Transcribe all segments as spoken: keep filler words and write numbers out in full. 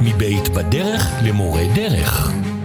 מבית בדרך למורה דרך.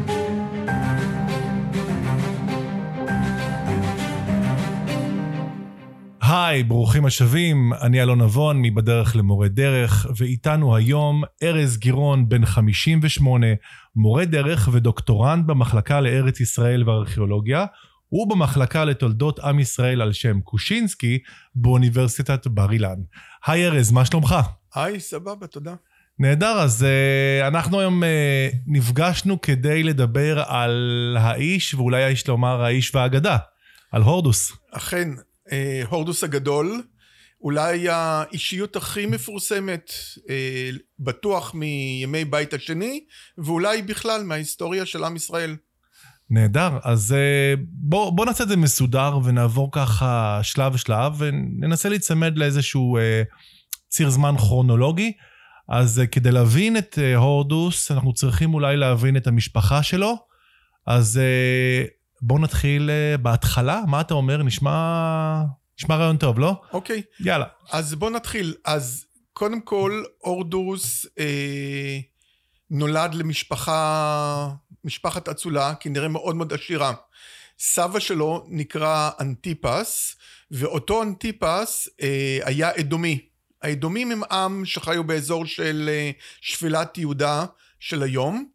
היי, ברוכים השבים, אני אלון נבון מבדרך למורה דרך, ואיתנו היום ארז גירון בן חמישים ושמונה, מורה דרך ודוקטורנט במחלקה לארץ ישראל וארכיאולוגיה, ובמחלקה לתולדות עם ישראל על שם קושינסקי באוניברסיטת בר אילן. היי ארז, מה שלומך? היי, סבבה, תודה. נהדר, אז uh, אנחנו היום uh, נפגשנו כדי לדבר על האיש, ואולי האיש לומר האיש והאגדה, על הורדוס. אכן, אה, הורדוס הגדול, אולי האישיות הכי מפורסמת, אה, בטוח מימי בית השני, ואולי בכלל מההיסטוריה של עם ישראל. נהדר, אז uh, בוא, בוא נעשה את זה מסודר, ונעבור ככה שלב שלב, וננסה להצמד לאיזשהו uh, ציר זמן כרונולוגי. אז uh, כדי להבין את uh, הורדוס, אנחנו צריכים אולי להבין את המשפחה שלו, אז uh, בואו נתחיל uh, בהתחלה, מה אתה אומר? נשמע, נשמע רעיון טוב, לא? אוקיי. יאללה. אז בואו נתחיל. אז קודם כל, הורדוס אה, נולד למשפחה, משפחת אצולה, כנראה מאוד מאוד עשירה. סבא שלו נקרא אנטיפס, ואותו אנטיפס אה, היה אדומי. האדומים הם עם שחיו באזור של אה, שפלת יהודה של היום,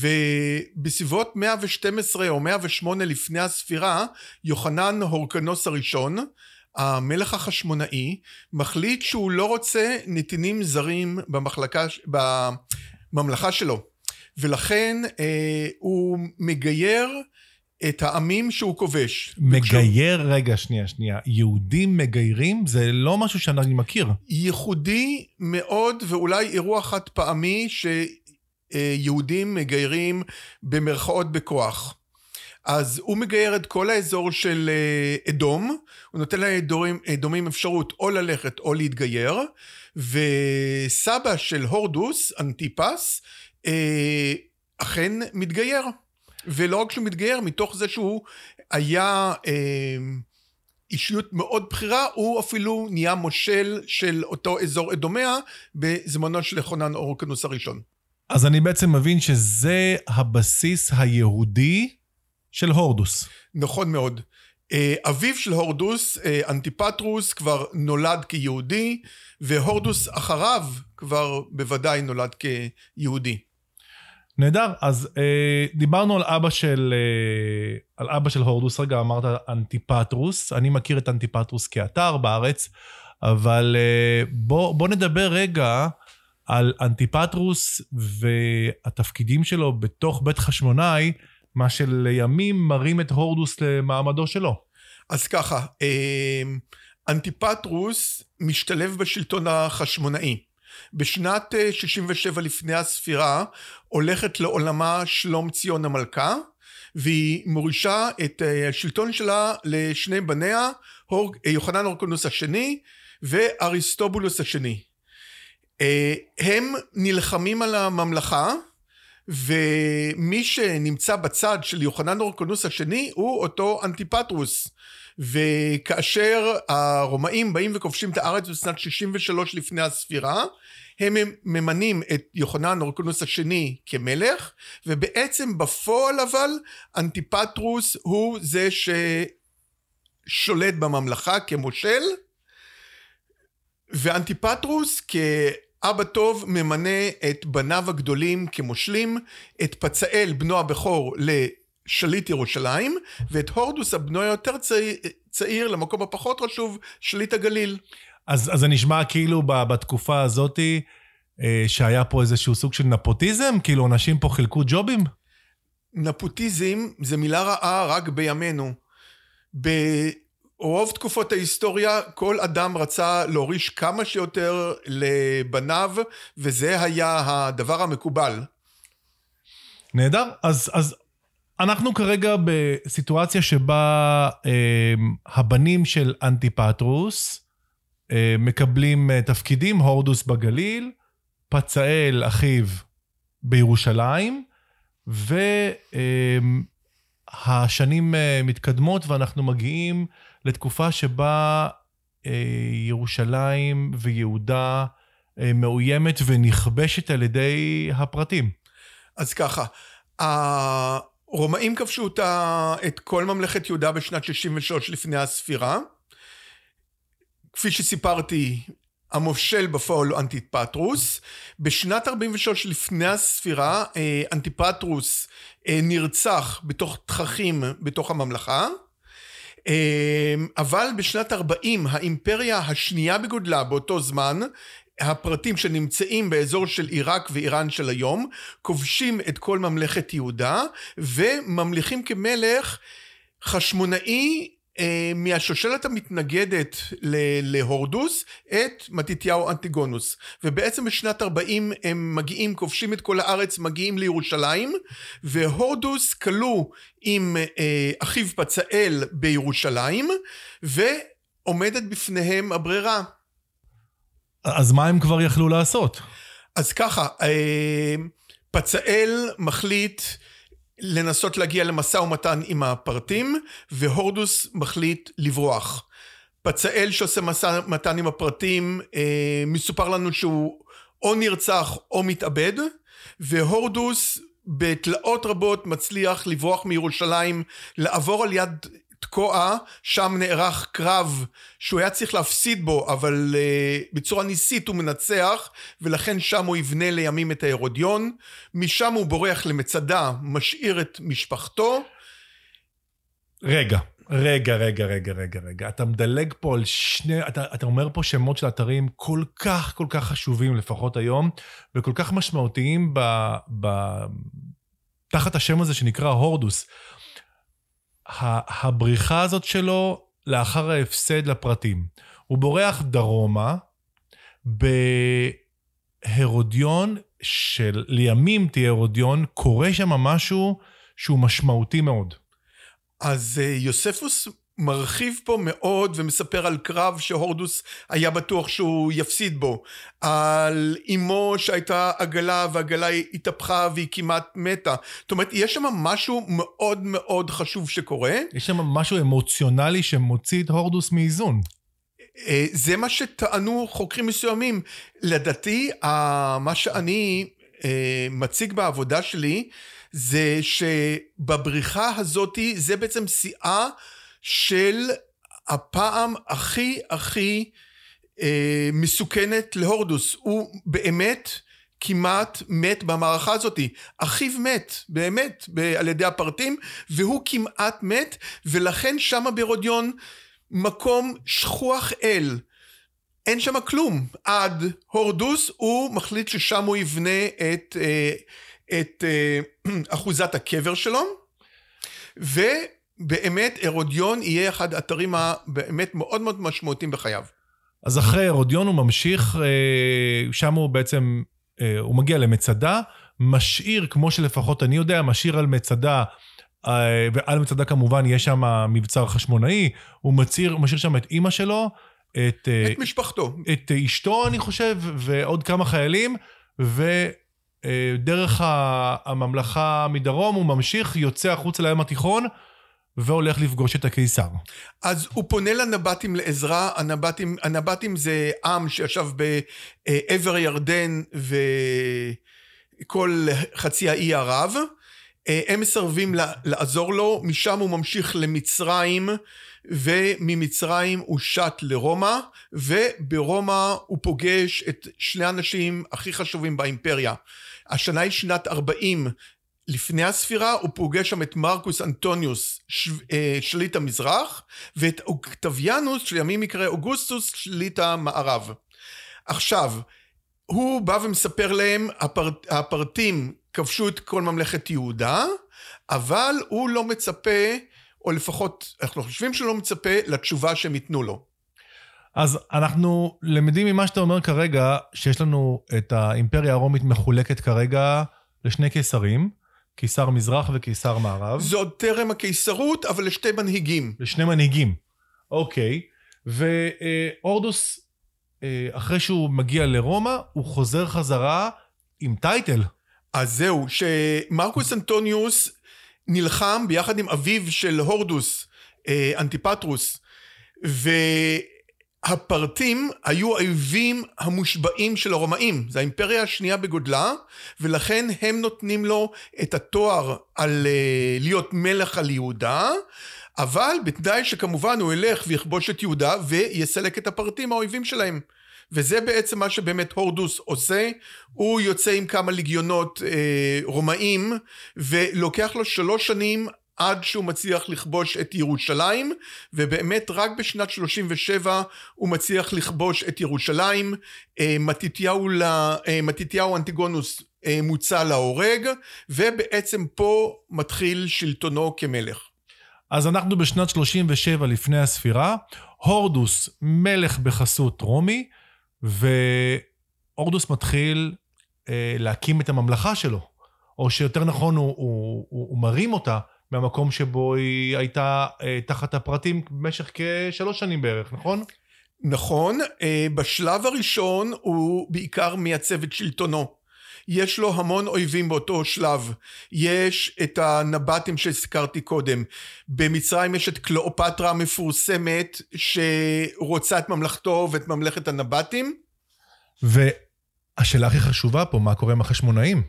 ובסביבות מאה ושתים עשרה או מאה ושמונה לפני הספירה, יוחנן הורקנוס הראשון, המלך החשמונאי, מחליט שהוא לא רוצה נתינים זרים במחלקה, בממלכה שלו, ולכן אה, הוא מגייר את העמים שהוא כובש. מגייר, וכשהוא... רגע, שנייה, שנייה. יהודים מגיירים? זה לא משהו שאני מכיר. ייחודי מאוד, ואולי אירוע חד פעמי שיהודים מגיירים במרכאות בכוח. אז הוא מגייר את כל האזור של אדום, הוא נותן לאדומים אדומים אפשרות או ללכת או להתגייר, וסבא של הורדוס, אנטיפס, אכן מתגייר. ולא רק שהוא מתגייר, מתוך זה שהוא היה אישיות מאוד בחירה, הוא אפילו נהיה מושל של אותו אזור אדומיה, בזמנו של יוחנן הורקנוס הראשון. אז אני בעצם מבין שזה הבסיס היהודי של הורדוס. נכון מאוד. אביו של הורדוס, אנטיפטרוס, כבר נולד כיהודי, והורדוס אחריו כבר בוודאי נולד כיהודי. נהדר, אז אה, דיברנו על אבא של, אה, על אבא של הורדוס, רגע אמרת אנטיפטרוס, אני מכיר את אנטיפטרוס כאתר בארץ, אבל אה, בוא, בוא נדבר רגע על אנטיפטרוס והתפקידים שלו בתוך בית חשמונאי, מה שלימים מרים את הורדוס למעמדו שלו. אז ככה, אנטיפטרוס משתלב בשלטון החשמונאי. בשנת שישים ושבע לפני הספירה הולכת לעולמה שלום ציון המלכה, והיא מורישה את השלטון שלה לשני בניה, יוחנן הורקנוס השני ואריסטובולוס השני. הם נלחמים על הממלכה, ומי שנמצא בצד של יוחנן הורקנוס השני הוא אותו אנטיפטרוס, וכאשר הרומאים באים וכובשים את הארץ בשנת שישים ושלוש לפני הספירה, הם ממנים את יוחנן הורקנוס השני כמלך, ובעצם בפועל אבל אנטיפטרוס הוא זה ששולט בממלכה כמושל, ואנטיפטרוס כאבא טוב ממנה את בניו הגדולים כמושלים, את פצאל בנו הבכור לשליט ירושלים, ואת הורדוס הבנו היותר צעיר, צעיר למקום הפחות חשוב, שליט הגליל. אז, אז זה נשמע כאילו בתקופה הזאת שהיה פה איזשהו סוג של נפוטיזם, כאילו אנשים פה חילקו ג'ובים? נפוטיזם זה מילה רעה רק בימינו. ברוב תקופות ההיסטוריה כל אדם רצה להוריש כמה שיותר לבניו, וזה היה הדבר המקובל. נהדר, אז, אז אנחנו כרגע בסיטואציה שבה אה, הבנים של אנטיפטרוס אה, מקבלים אה, תפקידים, הורדוס בגליל, פצאל אחיו בירושלים, והשנים אה, מתקדמות ואנחנו מגיעים לתקופה שבה אה, ירושלים ויהודה מאוימת ונכבשת על ידי הפרטים. אז ככה, הרומאים כבשו אותה, את כל ממלכת יהודה בשנת שישים ושלוש לפני הספירה. כפי שסיפרתי, המושל בפועל הוא אנטיפטרוס. בשנת ארבעים ושלוש לפני הספירה, אנטיפטרוס נרצח בתוך תככים בתוך הממלכה. אבל בשנת ארבעים, האימפריה השנייה בגודלה באותו זמן, הפרטים שנמצאים באזור של עיראק ואיראן של היום, כובשים את כל ממלכת יהודה, וממליכים כמלך חשמונאי אה, מהשושלת המתנגדת להורדוס, את מתתיהו אנטיגונוס. ובעצם בשנת ארבעים הם מגיעים, כובשים את כל הארץ, מגיעים לירושלים, והורדוס כלו עם אה, אחיו פצאל בירושלים, ועומדת בפניהם הברירה. אז מה הם כבר יכלו לעשות? אז ככה, פצאל מחליט לנסות להגיע למשא ומתן עם הפרטים, והורדוס מחליט לברוח. פצאל שעושה משא ומתן עם הפרטים, מסופר לנו שהוא או נרצח או מתאבד, והורדוס בתלאות רבות מצליח לברוח מירושלים, לעבור על יד תקוע, שם נערך קרב שהוא היה צריך להפסיד בו, אבל uh, בצורה ניסית הוא מנצח, ולכן שם הוא יבנה לימים את ההרודיון. משם הוא בורח למצדה, משאיר את משפחתו. רגע, רגע, רגע, רגע, רגע, רגע. אתה מדלג פה על שני, אתה, אתה אומר פה שמות של אתרים כל כך, כל כך חשובים לפחות היום, וכל כך משמעותיים ב, ב, תחת השם הזה שנקרא הורדוס. הבריחה הזאת שלו לאחר ההפסד לפרטים. הוא בורח דרומה בהרודיון של לימים תהיה הרודיון, קורה שם משהו שהוא משמעותי מאוד. אז יוספוס מרחיב פה מאוד ומספר על קרב שהורדוס היה בטוח שהוא יפסיד בו, על אמו שהייתה עגלה והעגלה התהפכה והיא כמעט מתה. זאת אומרת, יש שם משהו מאוד מאוד חשוב שקורה. יש שם משהו אמוציונלי שמוציא את הורדוס מאיזון. זה מה שטענו חוקרים מסוימים. לדעתי, מה שאני מציג בעבודה שלי, זה שבבריחה הזאת, זה בעצם שיאה של הפעם הכי הכי אה, מסוכנת להורדוס. הוא באמת כמעט מת במערכה הזאת. אחיו מת, באמת, ב- על ידי הפרטים, והוא כמעט מת, ולכן שם בהרודיון מקום שכוח אל. אין שם כלום. עד הורדוס הוא מחליט ששם הוא יבנה את, אה, את אה, אחוזת הקבר שלו, ו... באמת, הרודיון יהיה אחד האתרים הבאמת מאוד מאוד משמעותיים בחייו. אז אחרי הרודיון הוא ממשיך, שם הוא בעצם, הוא מגיע למצדה, משאיר, כמו שלפחות אני יודע, משאיר על מצדה, ועל מצדה כמובן יש שם מבצר חשמונאי, הוא מצאיר, משאיר שם את אמא שלו, את, את משפחתו. את אשתו אני חושב, ועוד כמה חיילים, ודרך הממלכה מדרום הוא ממשיך, יוצא החוץ לים התיכון, והולך לפגוש את הקיסר. אז הוא פונה לנבטים לעזרה. הנבטים, הנבטים זה עם שישב בעבר הירדן וכל חצי האי ערב. הם מסרבים לעזור לו, משם הוא ממשיך למצרים, וממצרים הוא שט לרומא, וברומא הוא פוגש את שני האנשים הכי חשובים באימפריה. השנה היא שנת ארבעים, לפני הספירה הוא פוגש שם את מרקוס אנטוניוס, שליט המזרח, ואת אוקטביאנוס, שלימים יקרא אוגוסטוס, שליט המערב. עכשיו, הוא בא ומספר להם, הפרט, הפרטים כבשו את כל ממלכת יהודה, אבל הוא לא מצפה, או לפחות אנחנו חושבים שלא מצפה, לתשובה שהם ייתנו לו. אז אנחנו למדים ממה שאתה אומר כרגע, שיש לנו את האימפריה הרומית מחולקת כרגע לשני קיסרים, קיסר מזרח וקיסר מערב. זו עוד טרם הקיסרות, אבל לשתי מנהיגים. לשני מנהיגים, אוקיי. והורדוס, אחרי שהוא מגיע לרומא, הוא חוזר חזרה עם טייטל. אז זהו, שמרקוס אנטוניוס נלחם ביחד עם אביו של הורדוס, אנטיפטרוס, הפרטים היו האויבים המושבעים של הרומאים, זו האימפריה השנייה בגודלה, ולכן הם נותנים לו את התואר על uh, להיות מלך על יהודה, אבל בתנאי שכמובן הוא ילך ויכבוש את יהודה ויסלק את הפרטים האויבים שלהם. וזה בעצם מה שבאמת הורדוס עושה, הוא יוצא עם כמה לגיונות אה, רומאים, ולוקח לו שלוש שנים עד שהוא מצליח לכבוש את ירושלים, ובאמת רק בשנת שלושים ושבע הוא מצליח לכבוש את ירושלים, אה, מתתיהו, לה, אה, מתתיהו אנטיגונוס אה, מוצא להורג, ובעצם פה מתחיל שלטונו כמלך. אז אנחנו בשנת שלושים ושבע לפני הספירה, הורדוס מלך בחסות רומי, והורדוס מתחיל אה, להקים את הממלכה שלו, או שיותר נכון הוא, הוא, הוא, הוא מרים אותה מהמקום שבו היא הייתה אה, תחת הפרטים במשך כשלוש שנים בערך, נכון? נכון, אה, בשלב הראשון הוא בעיקר מייצב את שלטונו. יש לו המון אויבים באותו שלב, יש את הנבטים שהזכרתי קודם, במצרים יש את קליאופטרה המפורסמת שרוצה את ממלכתו ואת ממלכת הנבטים. והשאלה הכי חשובה פה, מה קורה עם החשמונאים?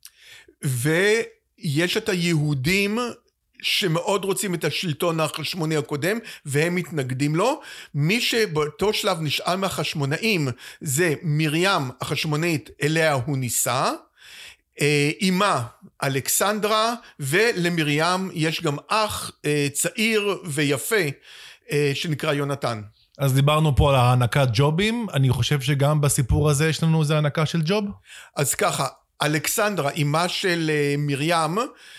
ויש את היהודים שמאוד רוצים את השלטון החשמוני הקודם, והם מתנגדים לו. מי שבאותו שלב נשאל מהחשמונאים, זה מרים החשמונאית אליה הוא נישא, אימה אלכסנדרה, ולמרים יש גם אח צעיר ויפה, שנקרא יונתן. אז דיברנו פה על הענקת ג'ובים, אני חושב שגם בסיפור הזה יש לנו איזה הענקה של ג'וב? אז ככה, אלכסנדרה, אימה של מרים,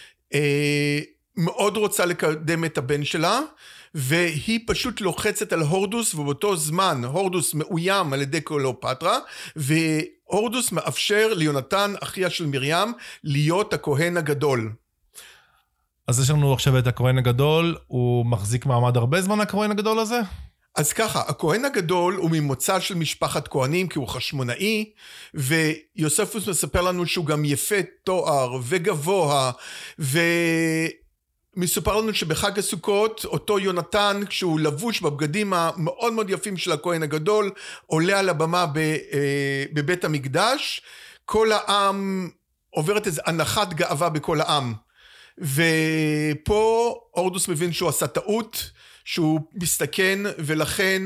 מאוד רוצה לקדם את הבן שלה, והיא פשוט לוחצת על הורדוס, ובאותו זמן הורדוס מאוים על ידי קליאופטרה, והורדוס מאפשר ליונתן, אחיה של מרים, להיות הכהן הגדול. אז יש לנו עכשיו את הכהן הגדול, הוא מחזיק מעמד הרבה זמן הכהן הגדול הזה? אז ככה, הכהן הגדול הוא ממוצא של משפחת כהנים, כי הוא חשמונאי, ויוספוס מספר לנו שהוא גם יפה תואר וגבוה, ו... מסופר לנו שבחג הסוכות, אותו יונתן, כשהוא לבוש בבגדים המאוד מאוד יפים של הכהן הגדול, עולה על הבמה בבית המקדש, כל העם עוברת איזו הנחת גאווה בכל העם. ופה הורדוס מבין שהוא עשה טעות, שהוא מסתכן, ולכן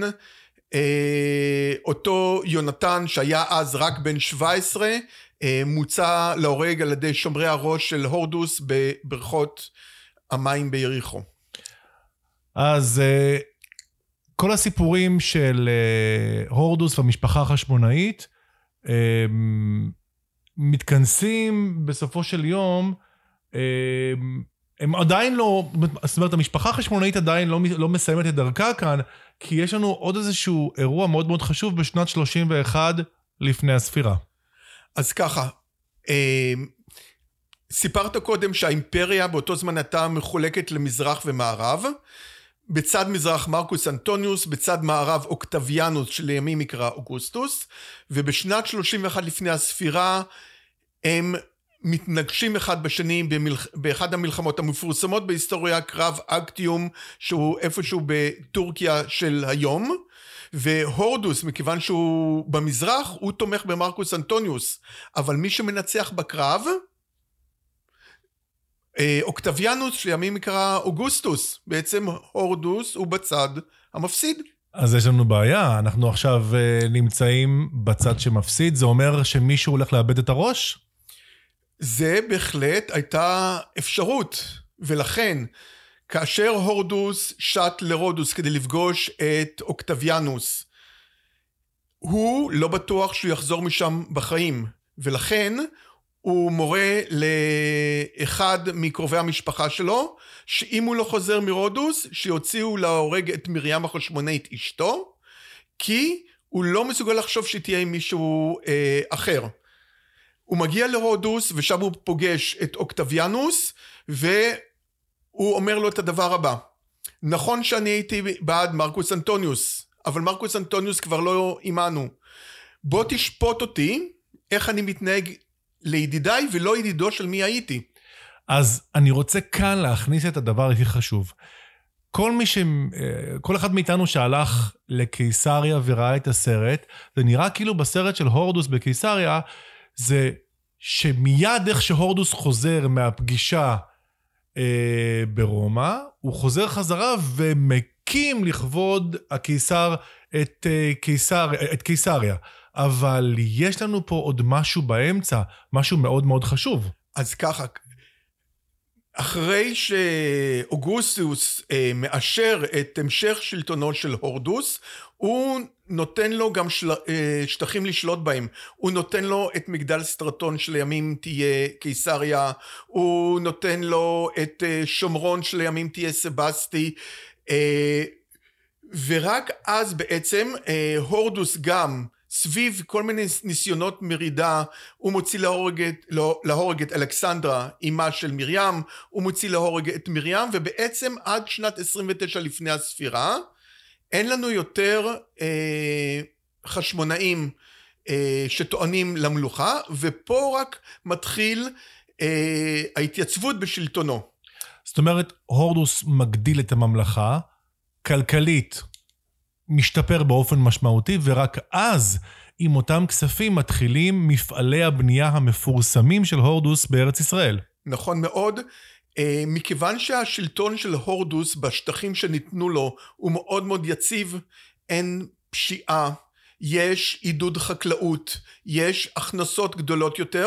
אותו יונתן, שהיה אז רק בן שבע עשרה, מוצא להורג על ידי שומרי הראש של הורדוס בברכות המים ביריחו. אז כל הסיפורים של הורדוס והמשפחה החשמונאית מתכנסים בסופו של יום, הם עדיין לא, זאת אומרת, המשפחה החשמונאית עדיין לא, לא מסיימת את דרכה כאן, כי יש לנו עוד איזשהו אירוע מאוד מאוד חשוב בשנת שלושים ואחת לפני הספירה. אז ככה, סיפרת קודם שהאימפריה באותו זמן הייתה מחולקת למזרח ומערב, בצד מזרח מרקוס אנטוניוס, בצד מערב אוקטביאנוס שלימים יקרא אוגוסטוס, ובשנת שלושים ואחת לפני הספירה הם מתנגשים אחד בשני במלח... באחד המלחמות המפורסמות בהיסטוריה, קרב אקטיום, שהוא איפשהו בטורקיה של היום, והורדוס, מכיוון שהוא במזרח, הוא תומך במרקוס אנטוניוס, אבל מי שמנצח בקרב, אוקטביאנוס שלימים יקרא אוגוסטוס, בעצם הורדוס הוא בצד המפסיד. אז יש לנו בעיה, אנחנו עכשיו נמצאים בצד שמפסיד, זה אומר שמישהו הולך לאבד את הראש? זה בהחלט הייתה אפשרות, ולכן כאשר הורדוס שט לרודוס כדי לפגוש את אוקטביאנוס, הוא לא בטוח שהוא יחזור משם בחיים, ולכן הוא מורה לאחד מקרובי המשפחה שלו, שאם הוא לא חוזר מרודוס, שיוציאו להורג את מרים החשמונאית אשתו, כי הוא לא מסוגל לחשוב שתהיה עם מישהו אה, אחר. הוא מגיע לרודוס, ושם הוא פוגש את אוקטביאנוס, והוא אומר לו את הדבר הבא. נכון שאני הייתי בעד מרקוס אנטוניוס, אבל מרקוס אנטוניוס כבר לא עימנו. בוא תשפוט אותי, איך אני מתנהג לידידיי ולא ידידו של מי הייתי. אז אני רוצה כאן להכניס את הדבר הכי חשוב. כל מי ש... כל אחד מאיתנו שהלך לקיסריה וראה את הסרט, זה נראה כאילו בסרט של הורדוס בקיסריה, זה שמיד איך שהורדוס חוזר מהפגישה אה, ברומא, הוא חוזר חזרה ומקים לכבוד הקיסר את, אה, קיסר, את קיסריה. אבל יש לנו פה עוד משהו באמצע, משהו מאוד מאוד חשוב. אז ככה, אחרי שאוגוסטוס אה, מאשר את המשך שלטונו של הורדוס, הוא נותן לו גם של, אה, שטחים לשלוט בהם. הוא נותן לו את מגדל סטרטון שלימים תהיה קיסריה, הוא נותן לו את אה, שומרון שלימים תהיה סבסטי, אה, ורק אז בעצם אה, הורדוס גם סביב כל מיני ניסיונות מרידה, הוא מוציא להורג את, לא, להורג את אלכסנדרה, אמה של מרים, הוא מוציא להורג את מרים, ובעצם עד שנת עשרים ותשע לפני הספירה, אין לנו יותר אה, חשמונאים אה, שטוענים למלוכה, ופה רק מתחיל אה, ההתייצבות בשלטונו. זאת אומרת, הורדוס מגדיל את הממלכה, כלכלית, משתפר באופן משמעותי, ורק אז עם אותם כספים מתחילים מפעלי הבנייה המפורסמים של הורדוס בארץ ישראל. נכון מאוד, מכיוון שהשלטון של הורדוס בשטחים שניתנו לו הוא מאוד מאוד יציב, אין פשיעה, יש עידוד חקלאות, יש הכנסות גדולות יותר,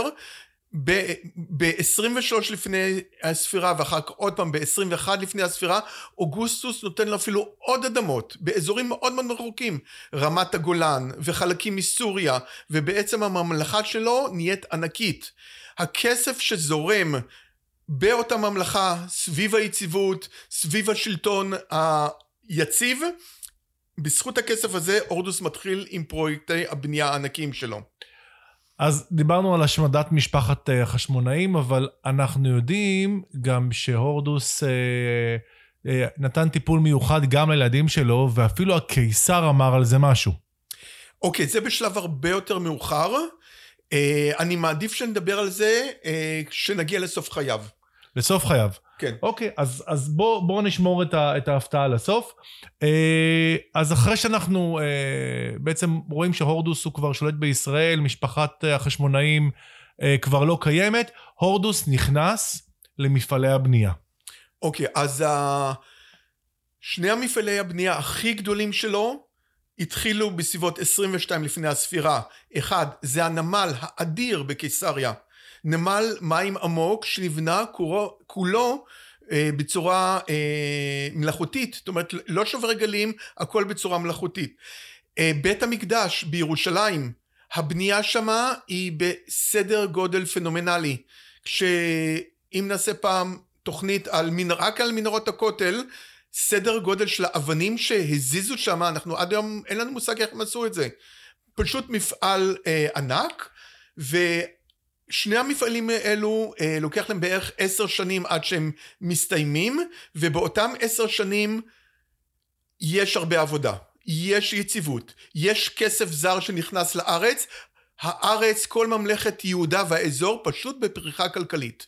ב-עשרים ושלוש לפני הספירה ואחר כך עוד פעם ב-עשרים ואחת לפני הספירה, אוגוסטוס נותן לו אפילו עוד אדמות באזורים מאוד מאוד רחוקים, רמת הגולן וחלקים מסוריה, ובעצם הממלכה שלו נהיית ענקית. הכסף שזורם באותה ממלכה סביב היציבות, סביב השלטון היציב, בזכות הכסף הזה הורדוס מתחיל עם פרויקטי הבנייה הענקיים שלו. אז דיברנו על השמדת משפחת החשמונאים, אבל אנחנו יודעים גם שהורדוס אה, אה, נתן טיפול מיוחד גם לילדים שלו, ואפילו הקיסר אמר על זה משהו. אוקיי, זה בשלב הרבה יותר מאוחר. אה, אני מעדיף שנדבר על זה אה, כשנגיע לסוף חייו. לסוף חייו. כן. אוקיי, אז, אז בוא, בוא נשמור את, ה, את ההפתעה לסוף. אה, אז אחרי שאנחנו אה, בעצם רואים שהורדוס הוא כבר שולט בישראל, משפחת החשמונאים אה, כבר לא קיימת, הורדוס נכנס למפעלי הבנייה. אוקיי, אז ה... שני המפעלי הבנייה הכי גדולים שלו התחילו בסביבות עשרים ושתיים לפני הספירה. אחד, זה הנמל האדיר בקיסריה. נמל מים עמוק שנבנה כולו, כולו אה, בצורה אה, מלאכותית, זאת אומרת לא שובר גלים, הכל בצורה מלאכותית. אה, בית המקדש בירושלים, הבנייה שמה היא בסדר גודל פנומנלי, כשאם נעשה פעם תוכנית על מנ... רק על מנהרות הכותל, סדר גודל של האבנים שהזיזו שמה, אנחנו עד היום אין לנו מושג איך הם עשו את זה, פשוט מפעל אה, ענק, ו... שני המפעלים האלו אה, לוקח להם בערך עשר שנים עד שהם מסתיימים, ובאותם עשר שנים יש הרבה עבודה, יש יציבות, יש כסף זר שנכנס לארץ, הארץ, כל ממלכת יהודה והאזור פשוט בפריחה כלכלית.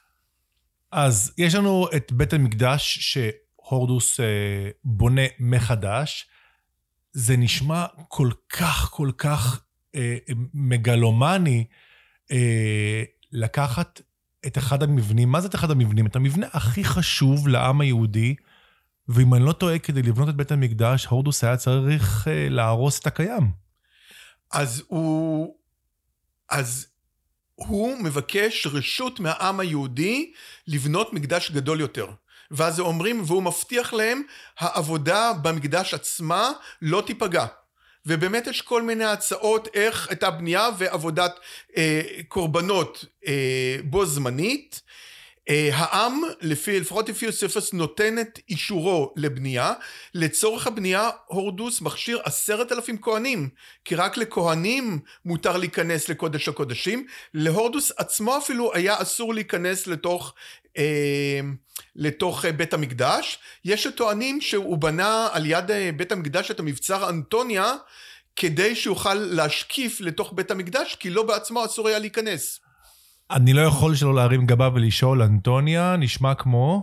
אז יש לנו את בית המקדש שהורדוס אה, בונה מחדש, זה נשמע כל כך כל כך אה, מגלומני, לקחת את אחד המבנים, מה זה את אחד המבנים? את המבנה הכי חשוב לעם היהודי, ואם אני לא טועה, כדי לבנות את בית המקדש, הורדוס היה צריך להרוס את הקיים. אז הוא, אז הוא מבקש רשות מהעם היהודי לבנות מקדש גדול יותר. ואז אומרים, והוא מבטיח להם, העבודה במקדש עצמה לא תיפגע. ובאמת יש כל מיני הצעות איך את הבנייה ועבודת אה, קורבנות אה, בו זמנית. אה, העם, לפי, לפחות לפי יוספוס, נותן את אישורו לבנייה. לצורך הבנייה הורדוס מכשיר עשרת אלפים כהנים, כי רק לכהנים מותר להיכנס לקודש הקודשים. להורדוס עצמו אפילו היה אסור להיכנס לתוך... אה, לתוך בית המקדש. יש שטוענים שהוא בנה על יד בית המקדש את המבצר אנטוניה, כדי שיוכל להשקיף לתוך בית המקדש, כי לא בעצמו אסור היה להיכנס. אני לא יכול שלא להרים גבה ולשאול, אנטוניה נשמע כמו...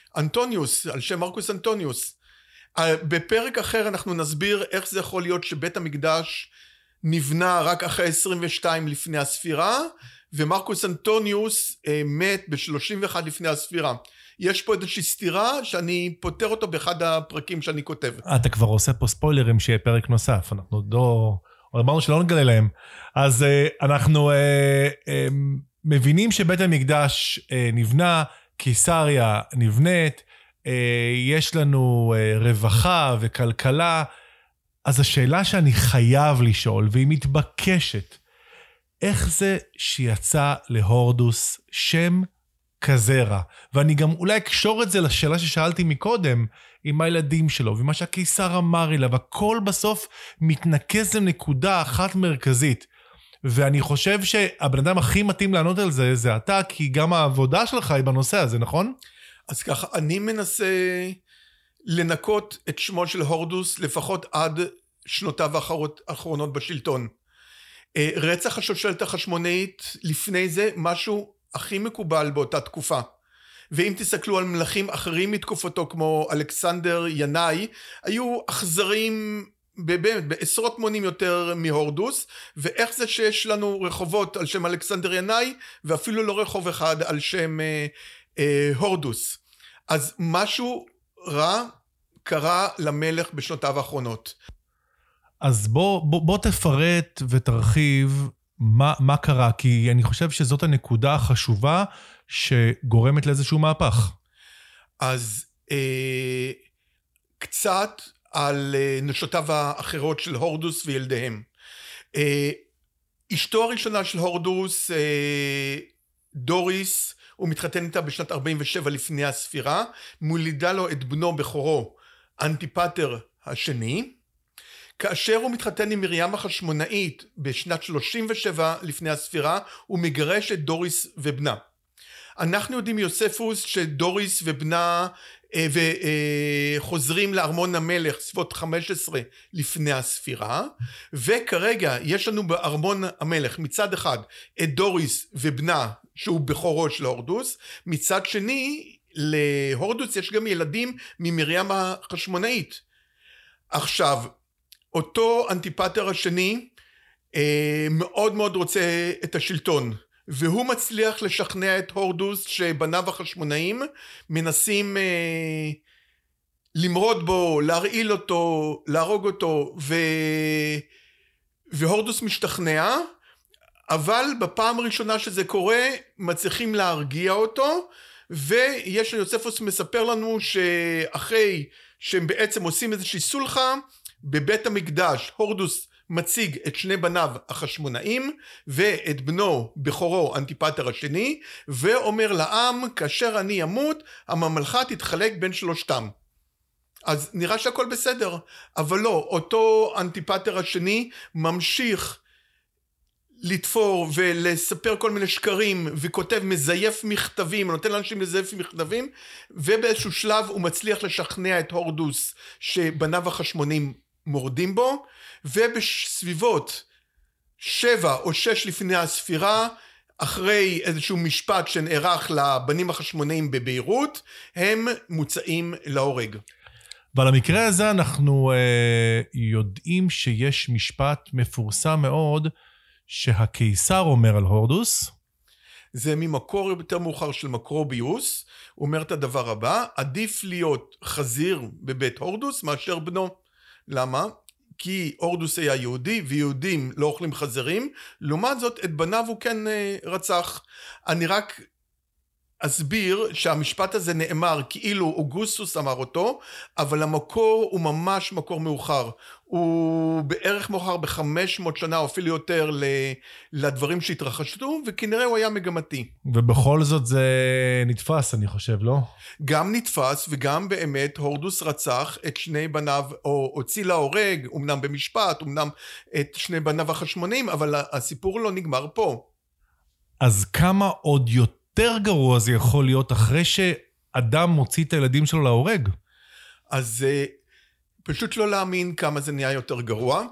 אנטוניוס, על שם מרקוס אנטוניוס. בפרק אחר אנחנו נסביר איך זה יכול להיות שבית המקדש נבנה רק אחרי עשרים ושתיים לפני הספירה, ומרקוס אנטוניוס אה, מת ב-שלושים ואחת לפני הספירה. יש פה איזושהי סתירה שאני פותר אותו באחד הפרקים שאני כותב. אתה כבר עושה פה ספוילרים שיהיה פרק נוסף, אנחנו עוד לא... אמרנו שלא נגלה להם. אז אה, אנחנו אה, אה, מבינים שבית המקדש אה, נבנה, קיסריה נבנית, אה, יש לנו אה, רווחה וכלכלה, אז השאלה שאני חייב לשאול, והיא מתבקשת, איך זה שיצא להורדוס שם כזה רע? ואני גם אולי אקשור את זה לשאלה ששאלתי מקודם, עם הילדים שלו, ומה שהקיסר אמר אליו, הכל בסוף מתנקז לנקודה אחת מרכזית. ואני חושב שהבן אדם הכי מתאים לענות על זה, זה אתה, כי גם העבודה שלך היא בנושא הזה, נכון? אז ככה, אני מנסה לנקות את שמו של הורדוס, לפחות עד שנותיו האחרונות בשלטון. רצח השושלת החשמונאית לפני זה, משהו הכי מקובל באותה תקופה. ואם תסתכלו על מלכים אחרים מתקופתו, כמו אלכסנדר ינאי, היו אכזרים באמת בעשרות מונים יותר מהורדוס, ואיך זה שיש לנו רחובות על שם אלכסנדר ינאי, ואפילו לא רחוב אחד על שם אה, אה, הורדוס. אז משהו רע קרה למלך בשנותיו האחרונות. אז בוא, בוא, בוא תפרט ותרחיב מה, מה קרה, כי אני חושב שזאת הנקודה החשובה שגורמת לאיזשהו מהפך. אז אה, קצת על אה, נשותיו האחרות של הורדוס וילדיהם. אה, אשתו הראשונה של הורדוס, אה, דוריס, הוא מתחתן איתה בשנת ארבעים ושבע לפני הספירה, מולידה לו את בנו בכורו, אנטיפטר השני, כאשר הוא מתחתן עם מרים החשמונאית בשנת שלושים ושבע לפני הספירה, הוא מגרש את דוריס ובנה. אנחנו יודעים יוספוס שדוריס ובנה אה, וחוזרים לארמון המלך סביבות חמש עשרה לפני הספירה, וכרגע יש לנו בארמון המלך מצד אחד את דוריס ובנה שהוא בכורו של הורדוס, מצד שני להורדוס יש גם ילדים ממרים החשמונאית. עכשיו, אותו אנטיפטר השני אה, מאוד מאוד רוצה את השלטון, והוא מצליח לשכנע את הורדוס שבניו החשמונאים מנסים אה, למרוד בו, להרעיל אותו, להרוג אותו, ו... והורדוס משתכנע, אבל בפעם הראשונה שזה קורה מצליחים להרגיע אותו, ויש יוספוס מספר לנו שאחרי שהם בעצם עושים איזושהי סולחה, בבית המקדש הורדוס מציג את שני בניו החשמונאים ואת בנו בכורו אנטיפטר השני, ואומר לעם, כאשר אני אמות הממלכה תתחלק בין שלושתם. אז נראה שהכל בסדר, אבל לא, אותו אנטיפטר השני ממשיך לתפור ולספר כל מיני שקרים, וכותב מזייף מכתבים, נותן לאנשים לזייף מכתבים, ובאיזשהו שלב הוא מצליח לשכנע את הורדוס שבניו החשמונאים מורדים בו, ובסביבות שבע או שש לפני הספירה, אחרי איזשהו משפט שנערך לבנים החשמונאים בביירות, הם מוצאים להורג. ועל המקרה הזה אנחנו אה, יודעים שיש משפט מפורסם מאוד, שהקיסר אומר על הורדוס. זה ממקור יותר מאוחר של מקרוביוס, הוא אומר את הדבר הבא, עדיף להיות חזיר בבית הורדוס מאשר בנו. למה? כי הורדוס היה יהודי, ויהודים לא אוכלים חזירים, לעומת זאת את בניו הוא כן רצח. אני רק אסביר שהמשפט הזה נאמר כאילו אוגוסטוס אמר אותו, אבל המקור הוא ממש מקור מאוחר. הוא בערך מאוחר ב-חמש מאות שנה או אפילו יותר לדברים שהתרחשו, וכנראה הוא היה מגמתי. ובכל זאת זה נתפס, אני חושב, לא? גם נתפס, וגם באמת הורדוס רצח את שני בניו, או הוציא להורג, אמנם במשפט, אמנם את שני בניו החשמונאים, אבל הסיפור לא נגמר פה. אז כמה עוד יותר יותר גרוע זה יכול להיות אחרי שאדם מוציא את הילדים שלו להורג? אז פשוט לא להאמין כמה זה נהיה יותר גרוע.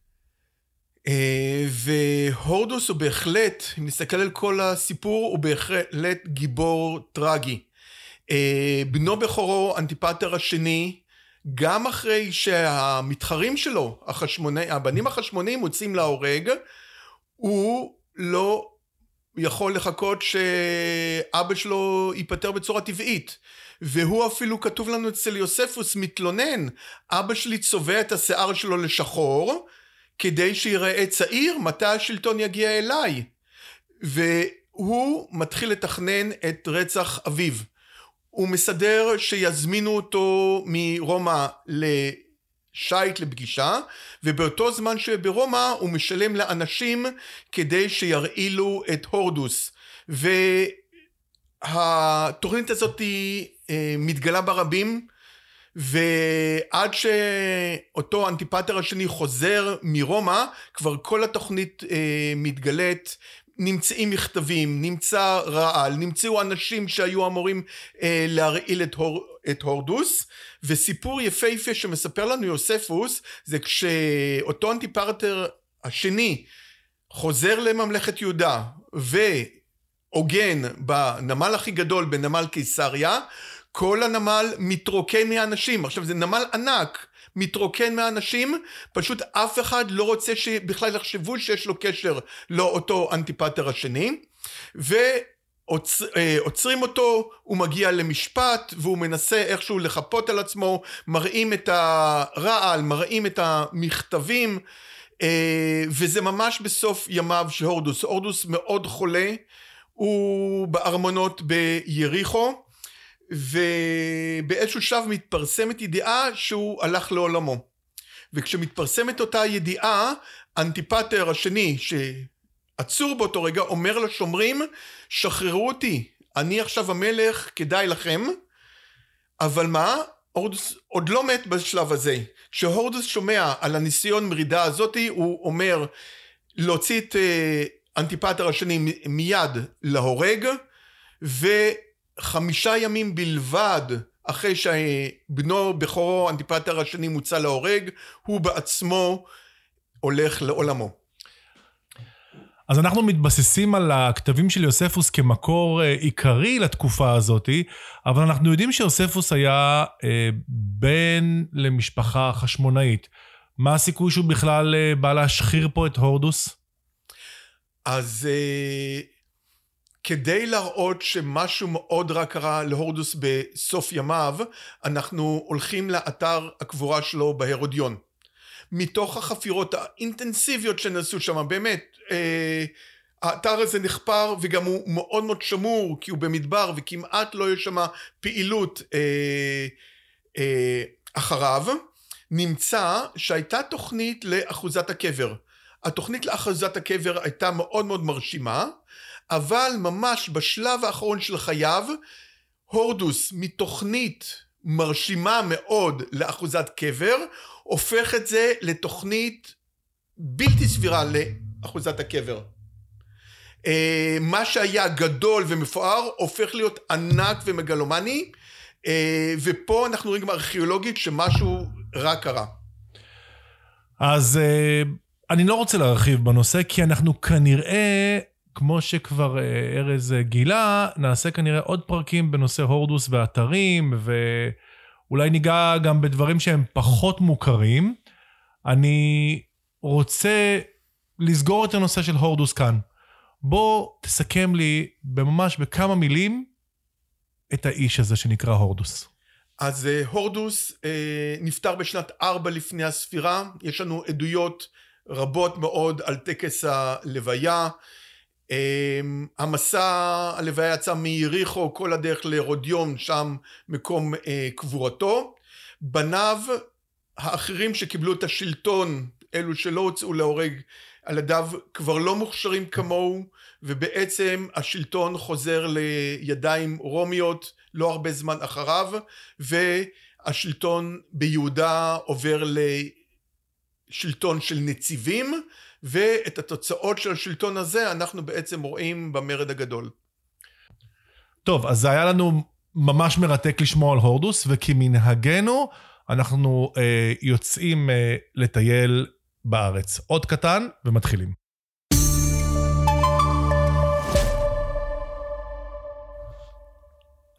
והורדוס הוא בהחלט, אם נסתכל על כל הסיפור, הוא בהחלט גיבור טרגי. בנו בכורו, אנטיפטר השני, גם אחרי שהמתחרים שלו, החשמונאים, הבנים החשמונאים מוצאים להורג, הוא לא יכול לחכות שאבא שלו ייפטר בצורה טבעית. והוא אפילו, כתוב לנו אצל יוספוס, מתלונן, אבא שלי צובע את השיער שלו לשחור, כדי שיראה צעיר, מתי השלטון יגיע אליי. והוא מתחיל לתכנן את רצח אביו. הוא מסדר שיזמינו אותו מרומא לשייט לפגישה, ובאותו זמן שברומא הוא משלם לאנשים כדי שירעילו את הורדוס. והתוכנית הזאת היא מתגלה ברבים, ועד שאותו אנטיפטר השני חוזר מרומא, כבר כל התוכנית מתגלית, נמצאים מכתבים, נמצא רעל, נמצאו אנשים שהיו אמורים אה, להרעיל את, הור, את הורדוס, וסיפור יפהפה שמספר לנו יוספוס, זה כשאותו אנטיפטר השני חוזר לממלכת יהודה, ועוגן בנמל הכי גדול, בנמל קיסריה, כל הנמל מתרוקן מהאנשים. עכשיו זה נמל ענק, מתרוקן מהאנשים, פשוט אף אחד לא רוצה שבכלל יחשבו שיש לו קשר לאותו אנטיפטר השני, ועוצרים אותו, הוא מגיע למשפט, והוא מנסה איכשהו לחפות על עצמו, מראים את הרעל, מראים את המכתבים, וזה ממש בסוף ימיו של הורדוס. הורדוס מאוד חולה, הוא בארמונות ביריחו, ובאיזשהו שלב מתפרסמת ידיעה שהוא הלך לעולמו. וכשמתפרסמת אותה ידיעה, אנטיפטר השני שעצור באותו רגע אומר לשומרים, שחררו אותי, אני עכשיו המלך, כדאי לכם. אבל מה? הורדוס עוד לא מת בשלב הזה. כשהורדוס שומע על הניסיון מרידה הזאת, הוא אומר להוציא את אנטיפטר השני מיד להורג, ו... חמישה ימים בלבד אחרי שבנו בכורו אנטיפטר השני מוצא להורג, הוא בעצמו הולך לעולמו. אז אנחנו מתבססים על הכתבים של יוספוס כמקור עיקרי לתקופה הזאת, אבל אנחנו יודעים שיוספוס היה בן למשפחה חשמונאית. מה הסיכוי שהוא בכלל בא להשחיר פה את הורדוס? אז כדי להראות שמשהו מאוד רע קרה להורדוס בסוף ימיו, אנחנו הולכים לאתר הקבורה שלו בהרודיון. מתוך החפירות האינטנסיביות שנעשו שם, באמת, אה, האתר הזה נחפר וגם הוא מאוד מאוד שמור, כי הוא במדבר וכמעט לא יש שם פעילות אה, אה, אחריו. נמצא שהייתה תוכנית לאחוזת הקבר. התוכנית לאחוזת הקבר הייתה מאוד מאוד מרשימה, אבל ממש בשלב האחרון של חייו, הורדוס מתוכנית מרשימה מאוד לאחוזת קבר, הופך את זה לתוכנית בלתי סבירה לאחוזת הקבר. מה שהיה גדול ומפואר הופך להיות ענק ומגלומני, ופה אנחנו רואים ארכיאולוגית שמשהו רע קרה. אז אני לא רוצה להרחיב בנושא, כי אנחנו כנראה, כמו שכבר ארז גילה, נעשה כנראה עוד פרקים בנושא הורדוס ואתרים, ואולי ניגע גם בדברים שהם פחות מוכרים. אני רוצה לסגור את הנושא של הורדוס כאן. בוא תסכם לי בממש בכמה מילים את האיש הזה שנקרא הורדוס. אז הורדוס אה, נפטר בשנת ארבע לפני הספירה. יש לנו עדויות רבות מאוד על טקס הלוויה. אה, המסע הלוויה יצא מיריחו כל הדרך להרודיון, שם מקום אה, קבורתו. בניו האחרים שקיבלו את השלטון, אלו שלא הוצאו להורג על ידיו, כבר לא מוכשרים כמוהו, ובעצם השלטון חוזר לידיים רומיות לא הרבה זמן אחריו, והשלטון ביהודה עובר לשלטון של נציבים, ואת התוצאות של השלטון הזה אנחנו בעצם רואים במרד הגדול. טוב, אז זה היה לנו ממש מרתק לשמוע על הורדוס, וכמנהגנו אנחנו אה, יוצאים אה, לטייל בארץ. עוד קטן ומתחילים.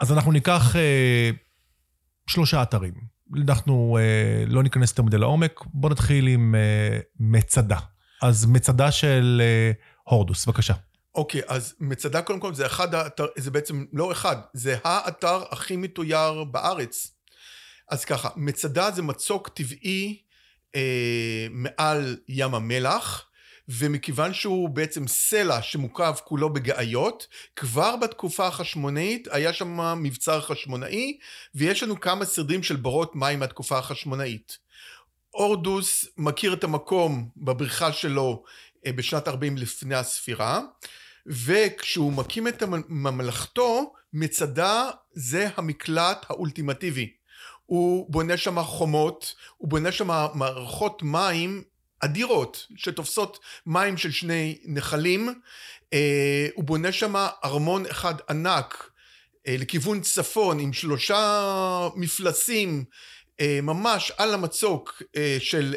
אז אנחנו ניקח אה, שלושה אתרים. אנחנו אה, לא ניכנס יותר מדי לעומק, בואו נתחיל עם אה, מצדה. אז מצדה של אה, הורדוס, בבקשה. אוקיי, אז מצדה קודם כל זה אחד האתר, זה בעצם לא אחד, זה האתר הכי מתויר בארץ. אז ככה, מצדה זה מצוק טבעי אה, מעל ים המלח, ומכיוון שהוא בעצם סלע שמוקף כולו בגאיות, כבר בתקופה החשמונאית היה שם מבצר חשמונאי, ויש לנו כמה שרידים של בורות מים מהתקופה החשמונאית. הורדוס מכיר את המקום בבריכה שלו בשנת ארבעים לפני הספירה, וכשהוא מקים את ממלכתו, מצדה זה המקלט האולטימטיבי. הוא בונה שם חומות, הוא בונה שם מערכות מים אדירות שתופסות מים של שני נחלים, הוא בונה שם ארמון אחד ענק לכיוון צפון עם שלושה מפלסים ממש על המצוק של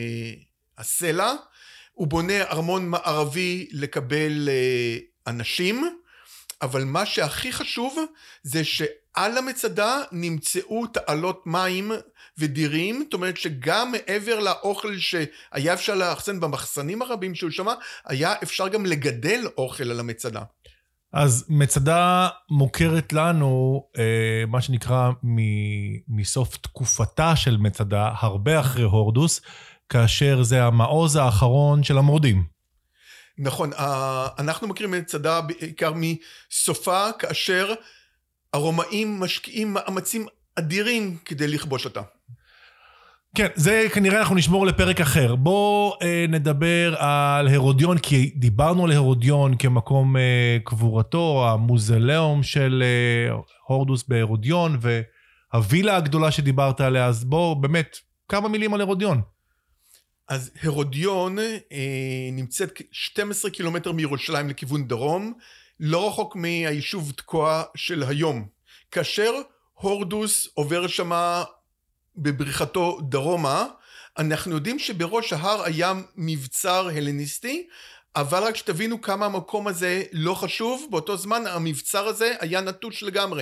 הסלע, הוא בונה ארמון מערבי לקבל אנשים, אבל מה שהכי חשוב זה שעל המצדה נמצאו תעלות מים ודירים, זאת אומרת שגם מעבר לאוכל שהיה אפשר לאחסן במחסנים הרבים שהוא שמה, היה אפשר גם לגדל אוכל על המצדה. אז מצדה מוכרת לנו, אה, מה שנקרא, מ- מסוף תקופתה של מצדה, הרבה אחרי הורדוס, כאשר זה המעוז האחרון של המורדים. נכון, אנחנו מכירים מצדה בעיקר מסופה, כאשר הרומאים משקיעים מאמצים אדירים כדי לכבוש אותה. כן, זה כנראה אנחנו נשמור לפרק אחר. בואו אה, נדבר על הרודיון, כי דיברנו על הרודיון כמקום אה, קבורתו, המוזיאום של אה, הורדוס בהרודיון, והווילה הגדולה שדיברת עליה, אז בואו באמת, כמה מילים על הרודיון. אז הרודיון אה, נמצאת שנים עשר קילומטר מירושלים לכיוון דרום, לא רחוק מהיישוב תקוע של היום. כאשר הורדוס עובר שמה בבריחתו דרומה, אנחנו יודעים שבראש ההר היה מבצר הלניסטי, אבל רק שתבינו כמה המקום הזה לא חשוב, באותו זמן המבצר הזה היה נטוש לגמרי.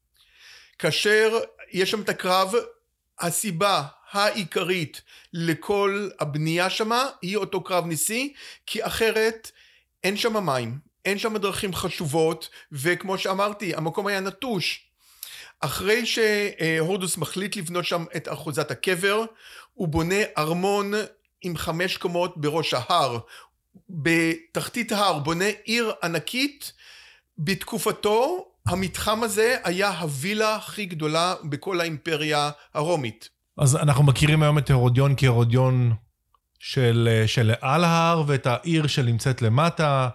כאשר יש שם את הקרב, הסיבה העיקרית לכל הבנייה שמה היא אותו קרב ניסי, כי אחרת אין שם מים, אין שם דרכים חשובות, וכמו שאמרתי, המקום היה נטוש. אחרי שהורדוס מחליט לבנות שם את אחוזת הקבר, הוא בונה ארמון עם חמש קומות בראש ההר. בתחתית ההר בונה עיר ענקית. בתקופתו המתחם הזה היה הווילה הכי גדולה בכל האימפריה הרומית. אז אנחנו מכירים היום את הרודיון כהרודיון של, של על ההר, ואת העיר שנמצאת למטה,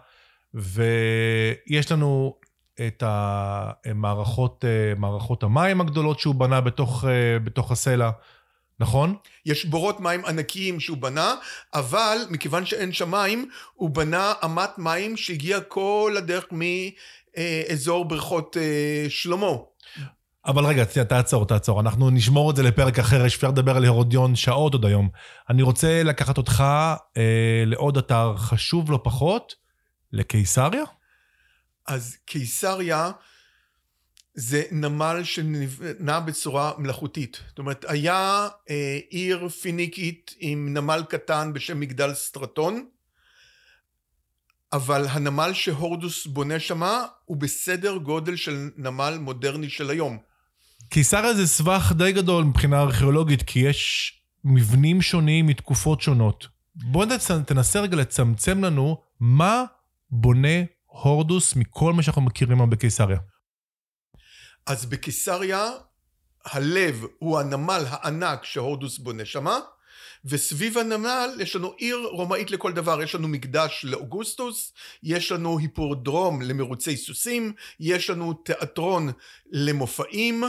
ויש לנו את המערכות, מערכות המים הגדולות שהוא בנה בתוך, בתוך הסלע, נכון? יש בורות מים ענקיים שהוא בנה, אבל מכיוון שאין שם מים, הוא בנה אמת מים שהגיע כל הדרך מאזור בריכות שלמה. אבל רגע, תעצור, תעצור. אנחנו נשמור את זה לפרק אחר, אפשר לדבר על הרודיון שעות עוד היום. אני רוצה לקחת אותך אה, לעוד אתר חשוב לא פחות, לקיסריה. אז קיסריה זה נמל שנבנה בצורה מלאכותית. זאת אומרת, היה אה, עיר פיניקית עם נמל קטן בשם מגדל סטרטון, אבל הנמל שהורדוס בונה שמה הוא בסדר גודל של נמל מודרני של היום. קיסריה זה סבך די גדול מבחינה ארכיאולוגית, כי יש מבנים שונים מתקופות שונות. בואו תנסה רגע לצמצם לנו מה בונה הורדוס מכל מה שאנחנו מכירים בקיסריה. אז בקיסריה הלב הוא הנמל הענק שהורדוס בונה שמה, וסביב הנמל יש לנו עיר רומאית לכל דבר. יש לנו מקדש לאוגוסטוס, יש לנו היפודרום למרוצי סוסים, יש לנו תיאטרון למופעים,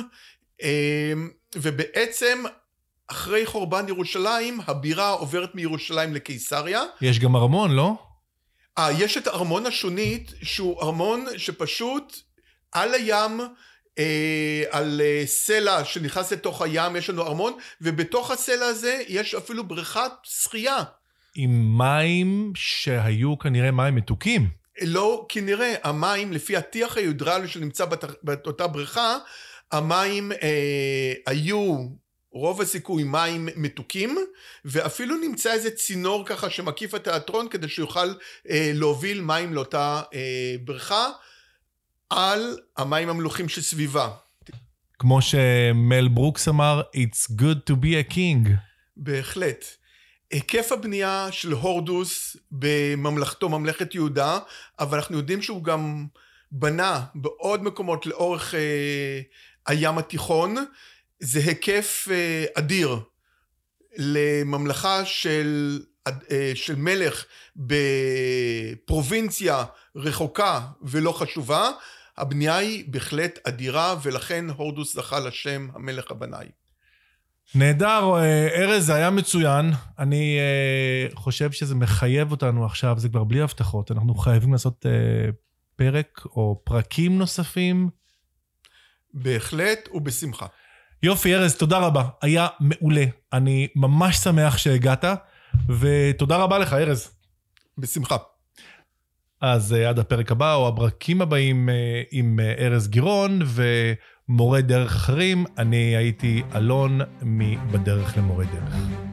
ובעצם אחרי חורבן ירושלים הבירה עוברת מירושלים לקיסריה. יש גם ארמון, לא? אה, יש את ארמון השונית, שהוא ארמון שפשוט על הים, אה, על סלע שנכנס לתוך הים, יש לנו ארמון, ובתוך הסלע הזה יש אפילו בריכת שחייה. עם מים שהיו כנראה מים מתוקים. לא, כי נראה, המים, לפי הטיח ההידרלי שנמצא בת, באותה בריכה, המים אה, היו רוב הסיכוי מים מתוקים, ואפילו נמצא איזה צינור ככה שמקיף התיאטרון, כדי שיוכל אה, להוביל מים לאותה אה, בריכה, על המים המלוחים שסביבה. כמו שמל ברוקס אמר, It's good to be a king. בהחלט. היקף הבנייה של הורדוס בממלכתו, ממלכת יהודה, אבל אנחנו יודעים שהוא גם בנה בעוד מקומות לאורך אה, הים התיכון, זה היקף אה, אדיר לממלכה של, אה, של מלך בפרובינציה רחוקה ולא חשובה, הבנייה היא בהחלט אדירה, ולכן הורדוס זכה לשם המלך הבנאי. נהדר, ארז, זה היה מצוין. אני uh, חושב שזה מחייב אותנו עכשיו, זה כבר בלי הבטחות. אנחנו חייבים לעשות uh, פרק או פרקים נוספים. בהחלט ובשמחה. יופי, ארז, תודה רבה. היה מעולה. אני ממש שמח שהגעת, ותודה רבה לך, ארז. בשמחה. אז uh, עד הפרק הבא, או הפרקים הבאים uh, עם uh, ארז גירון, ומורה דרך אחרים. אני הייתי אלון מבדרך למורה דרך.